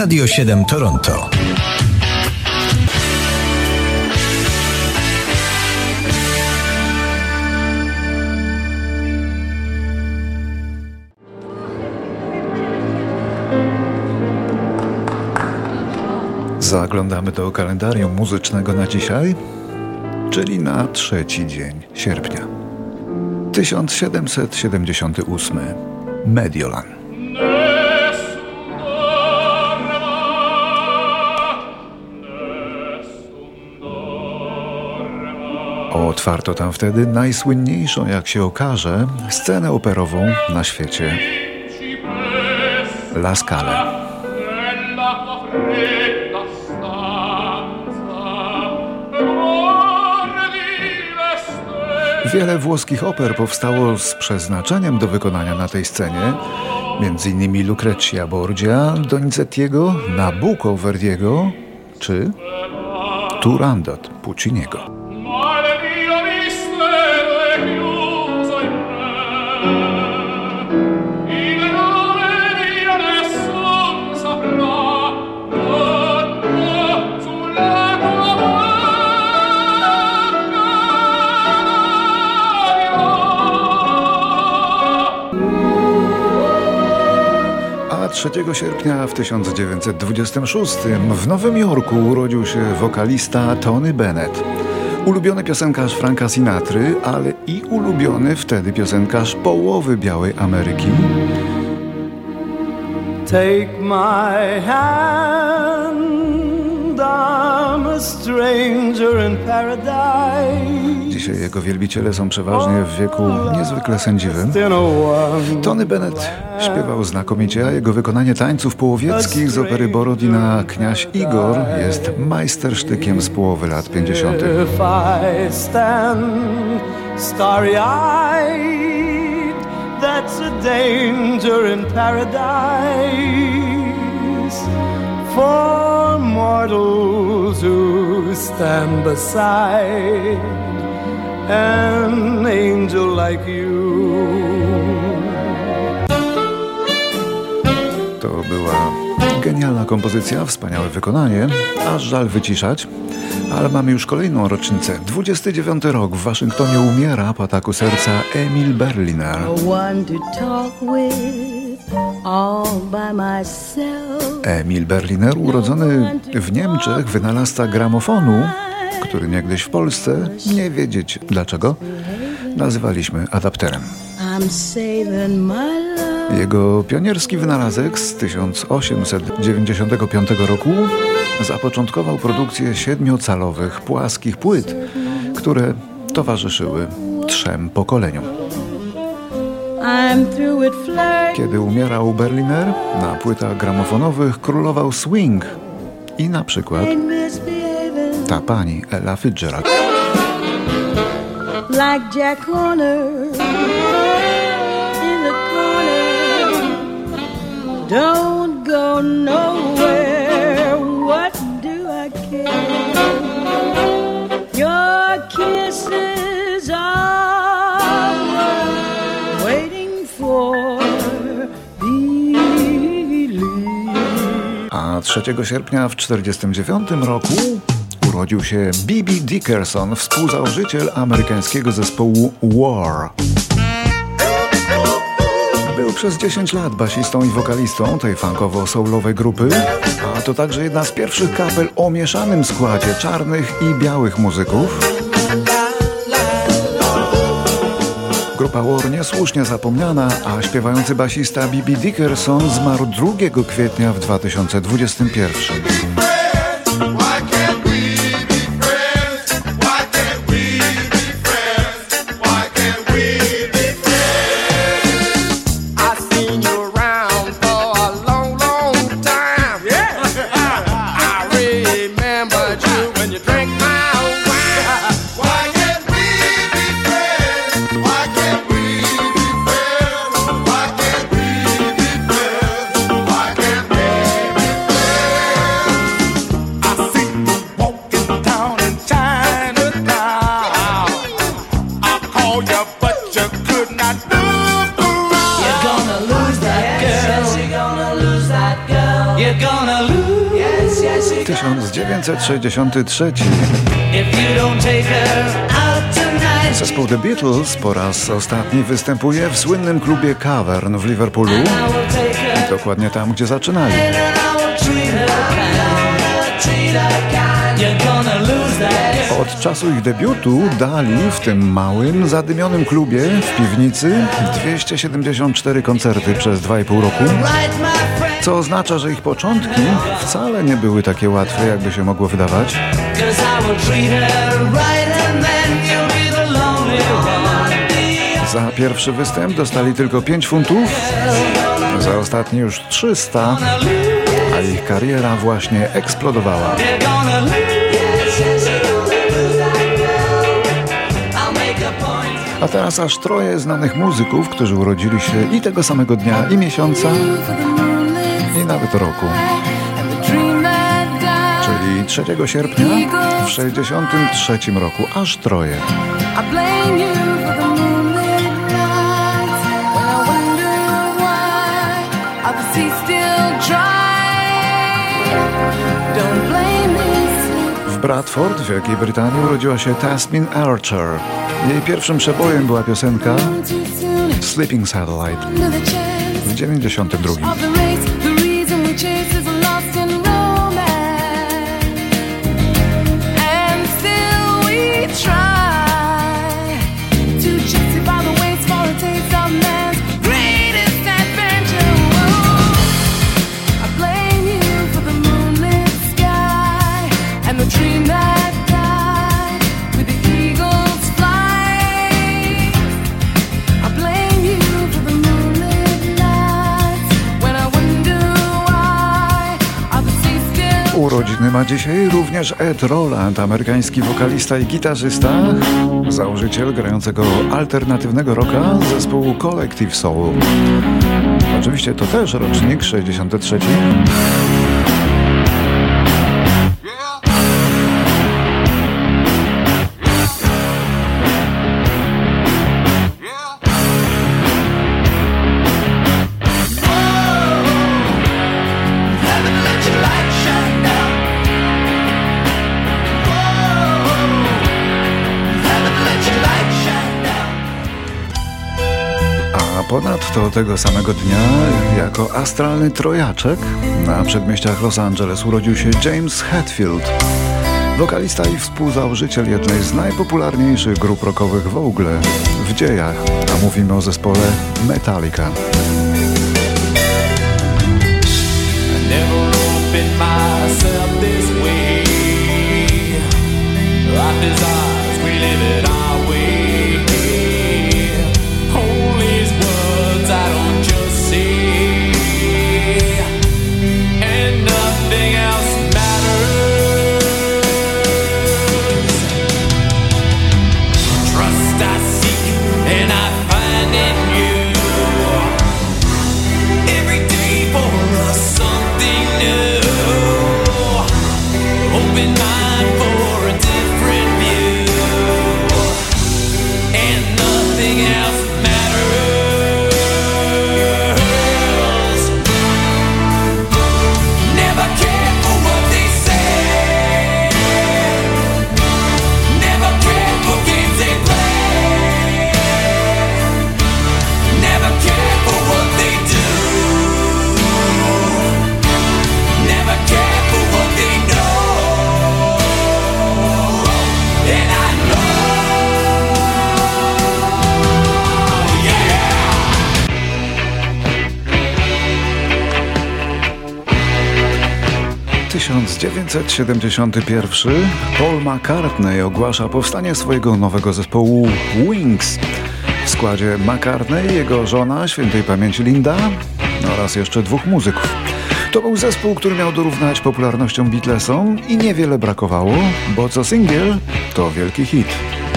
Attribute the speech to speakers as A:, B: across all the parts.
A: Radio 7 Toronto.
B: Zaglądamy do kalendarium muzycznego na dzisiaj, czyli na 3 dzień sierpnia. 1778. Mediolan. Otwarto tam wtedy najsłynniejszą, jak się okaże, scenę operową na świecie. La Scala. Wiele włoskich oper powstało z przeznaczeniem do wykonania na tej scenie, m.in. Lucrezia Borgia, Donizettiego, Nabucco Verdiego czy Turandot Pucciniego. A 3 sierpnia w 1926 w Nowym Jorku urodził się wokalista Tony Bennett. Ulubiony piosenkarz Franka Sinatry, ale i ulubiony wtedy piosenkarz połowy białej Ameryki.
C: Take my hand, I'm a stranger in paradise.
B: Dzisiaj jego wielbiciele są przeważnie w wieku niezwykle sędziwym. Tony Bennett śpiewał znakomicie, a jego wykonanie tańców połowieckich z opery Borodina Kniaź Igor jest majstersztykiem z połowy lat 50. That's a danger in paradise for mortals who stand beside an angel like you. To była genialna kompozycja, wspaniałe wykonanie, aż żal wyciszać. Ale mamy już kolejną rocznicę. 29 rok w Waszyngtonie umiera po ataku serca Emil Berliner. Emil Berliner, urodzony w Niemczech, wynalazca gramofonu, który niegdyś w Polsce, nie wiedzieć dlaczego, nazywaliśmy adapterem. Jego pionierski wynalazek z 1895 roku zapoczątkował produkcję 7-calowych płaskich płyt, które towarzyszyły 3 pokoleniom. Kiedy umierał Berliner, na płytach gramofonowych królował swing i na przykład ta pani Ella Fitzgerald. Like Jack Horner in the corner, don't go nowhere, what do I care, your kisses are waiting for believe. A 3 sierpnia w 1949 roku urodził się B.B. Dickerson, współzałożyciel amerykańskiego zespołu War. Był przez 10 lat basistą i wokalistą tej funkowo-soulowej grupy, a to także jedna z pierwszych kapel o mieszanym składzie czarnych i białych muzyków. Grupa War niesłusznie zapomniana, a śpiewający basista B.B. Dickerson zmarł 2 kwietnia w 2021. 1963. Zespół The Beatles po raz ostatni występuje w słynnym klubie Cavern w Liverpoolu. Dokładnie tam, gdzie zaczynali. Od czasu ich debiutu dali w tym małym, zadymionym klubie w piwnicy 274 koncerty przez 2,5 roku, co oznacza, że ich początki wcale nie były takie łatwe, jakby się mogło wydawać. Za pierwszy występ dostali tylko 5 funtów, za ostatni już 300, a ich kariera właśnie eksplodowała. A teraz aż troje znanych muzyków, którzy urodzili się i tego samego dnia, i miesiąca, i nawet roku. Czyli 3 sierpnia w 1963 roku, aż troje. W Bradford w Wielkiej Brytanii urodziła się Tasmin Archer. Jej pierwszym przebojem była piosenka Sleeping Satellite w 1992. Urodziny ma dzisiaj również Ed Roland, amerykański wokalista i gitarzysta, założyciel grającego alternatywnego rocka zespołu Collective Soul. Oczywiście to też rocznik 63. Ponadto tego samego dnia, jako astralny trojaczek, na przedmieściach Los Angeles urodził się James Hetfield, wokalista i współzałożyciel jednej z najpopularniejszych grup rockowych w ogóle w dziejach, a mówimy o zespole Metallica. W 1971 Paul McCartney ogłasza powstanie swojego nowego zespołu Wings. W składzie McCartney, jego żona, świętej pamięci Linda oraz jeszcze 2 muzyków. To był zespół, który miał dorównać popularnością Beatlesom i niewiele brakowało, bo co singiel to wielki hit.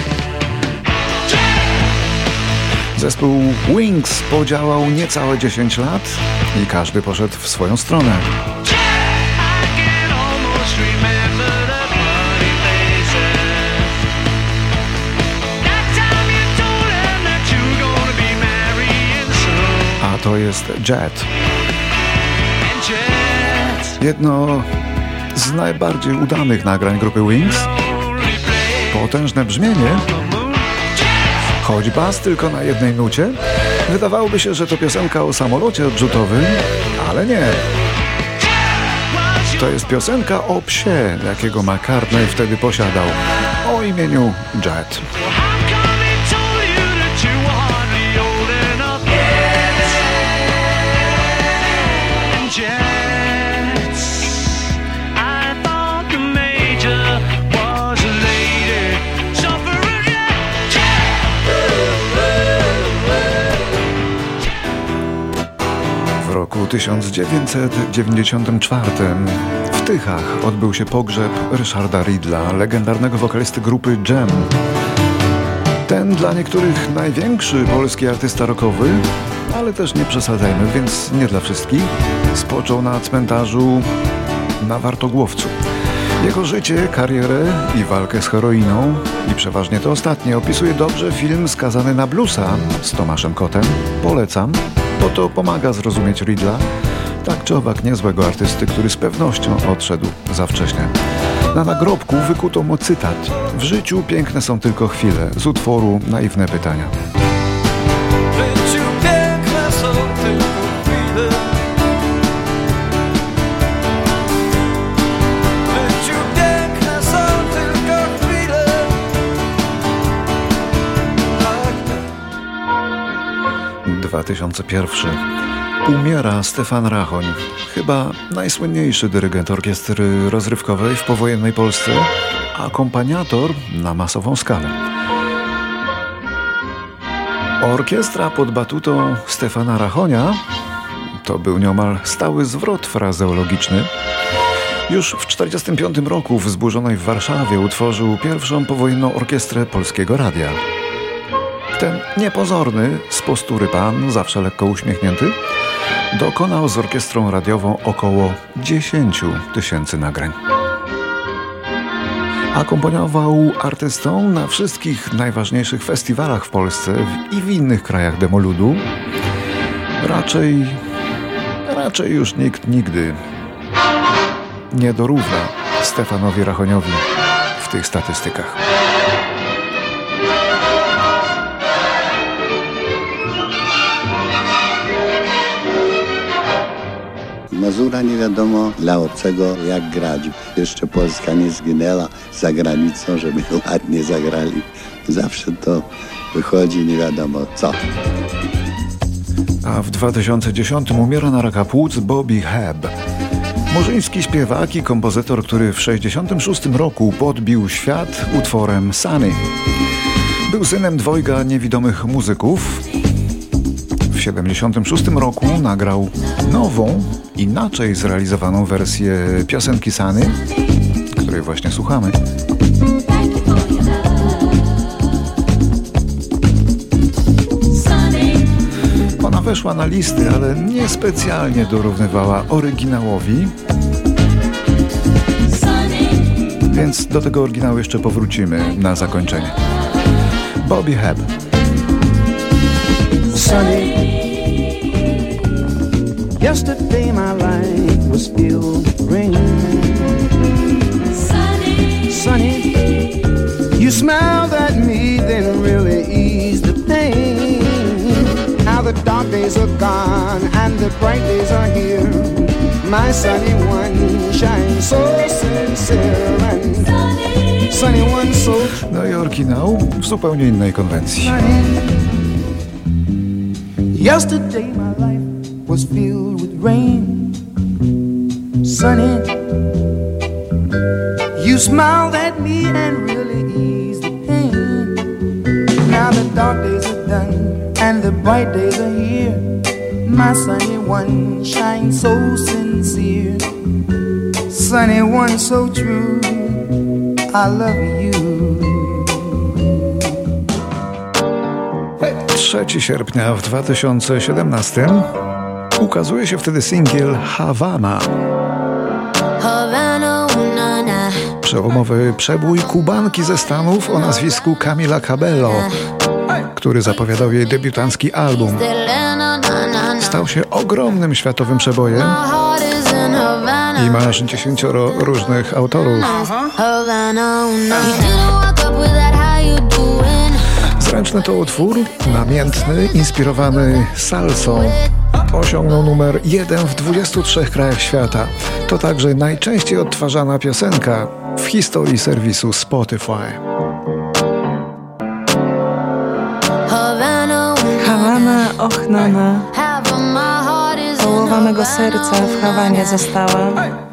B: Zespół Wings podziałał niecałe 10 lat i każdy poszedł w swoją stronę. A to jest Jet. Jedno z najbardziej udanych nagrań grupy Wings. Potężne brzmienie, choć bas tylko na jednej nucie. Wydawałoby się, że to piosenka o samolocie odrzutowym, ale nie. To jest piosenka o psie, jakiego McCartney wtedy posiadał, o imieniu Jet. W roku 1994 w Tychach odbył się pogrzeb Richarda Ridla, legendarnego wokalisty grupy Jam. Ten dla niektórych największy polski artysta rockowy, ale też nie przesadzajmy, więc nie dla wszystkich, spoczął na cmentarzu na Wartogłowcu. Jego życie, karierę i walkę z heroiną, i przeważnie to ostatnie, opisuje dobrze film Skazany na bluesa z Tomaszem Kotem. Polecam, bo to pomaga zrozumieć Ridla, tak czy owak niezłego artysty, który z pewnością odszedł za wcześnie. Na nagrobku wykuto mu cytat: w życiu piękne są tylko chwile, z utworu Naiwne pytania. W 2001 umiera Stefan Rachoń, chyba najsłynniejszy dyrygent orkiestry rozrywkowej w powojennej Polsce, akompaniator na masową skalę. Orkiestra pod batutą Stefana Rachonia to był nieomal stały zwrot frazeologiczny. Już w 1945 roku w zburzonej Warszawie utworzył pierwszą powojenną orkiestrę Polskiego Radia. Ten niepozorny, z postury pan, zawsze lekko uśmiechnięty, dokonał z orkiestrą radiową około 10 000 nagrań. Akompaniował artystom na wszystkich najważniejszych festiwalach w Polsce i w innych krajach demoludu. Raczej już nikt nigdy nie dorówna Stefanowi Rachoniowi w tych statystykach.
A: Mazura nie wiadomo dla obcego jak grać. Jeszcze Polska nie zginęła za granicą, żeby ładnie zagrali. Zawsze to wychodzi nie wiadomo co.
B: A w 2010 umiera na raka płuc Bobby Hebb. Murzyński śpiewak i kompozytor, który w 1966 roku podbił świat utworem Sunny. Był synem dwojga niewidomych muzyków. W 1976 roku nagrał nową, inaczej zrealizowaną wersję piosenki Sunny, której właśnie słuchamy. Ona weszła na listy, ale niespecjalnie dorównywała oryginałowi, więc do tego oryginału jeszcze powrócimy na zakończenie. Bobby Hebb.
C: Sunny. Yesterday my life was filled with rain.
D: Sunny,
C: Sunny, you smiled at me, then really eased the pain. Now the dark days are gone and the bright days are here. My sunny one shines so sincere and sunny one so true.
B: No i oryginał w zupełnie innej konwencji.
C: Yesterday my life was filled with rain. Sunny, you smiled at me and really eased the pain. Now the dark days are done and the bright days are here. My sunny one shines so sincere. Sunny one so true, I love you.
B: 3 sierpnia w 2017 ukazuje się wtedy singiel Havana. Przełomowy przebój Kubanki ze Stanów o nazwisku Camila Cabello, który zapowiadał jej debiutancki album. Stał się ogromnym światowym przebojem i masz 10 różnych autorów. Zręczny to utwór, namiętny, inspirowany salsą. Osiągnął numer 1 w 23 krajach świata. To także najczęściej odtwarzana piosenka w historii serwisu Spotify.
D: Hawana, och nana. Połowa mego serca w Hawanie została.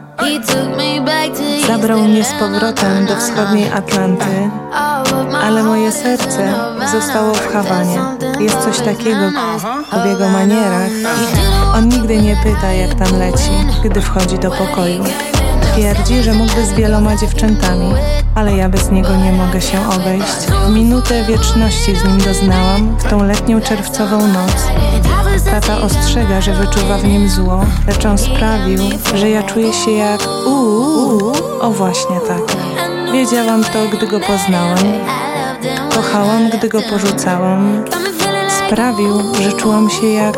D: Zabrał mnie z powrotem do wschodniej Atlanty, ale moje serce zostało w Hawanie. Jest coś takiego w jego manierach. On nigdy nie pyta, jak tam leci, gdy wchodzi do pokoju. Twierdzi, że mógłby z wieloma dziewczętami, ale ja bez niego nie mogę się obejść. W minutę wieczności z nim doznałam, w tą letnią czerwcową noc. Tata ostrzega, że wyczuwa w nim zło, lecz on sprawił, że ja czuję się jak o właśnie tak. Wiedziałam to, gdy go poznałam. Kochałam, gdy go porzucałam. Sprawił, że czułam się jak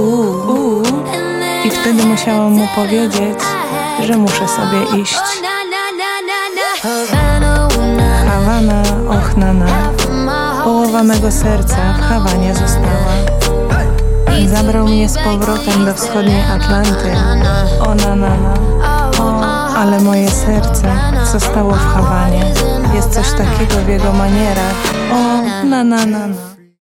D: i wtedy musiałam mu powiedzieć, że muszę sobie iść. Hawana, och nana. Połowa mego serca w Hawanie została. Zabrał mnie z powrotem do wschodniej Atlanty. O nanana. O, ale moje serce zostało w Hawanie. Jest coś takiego w jego manierach. O nanana.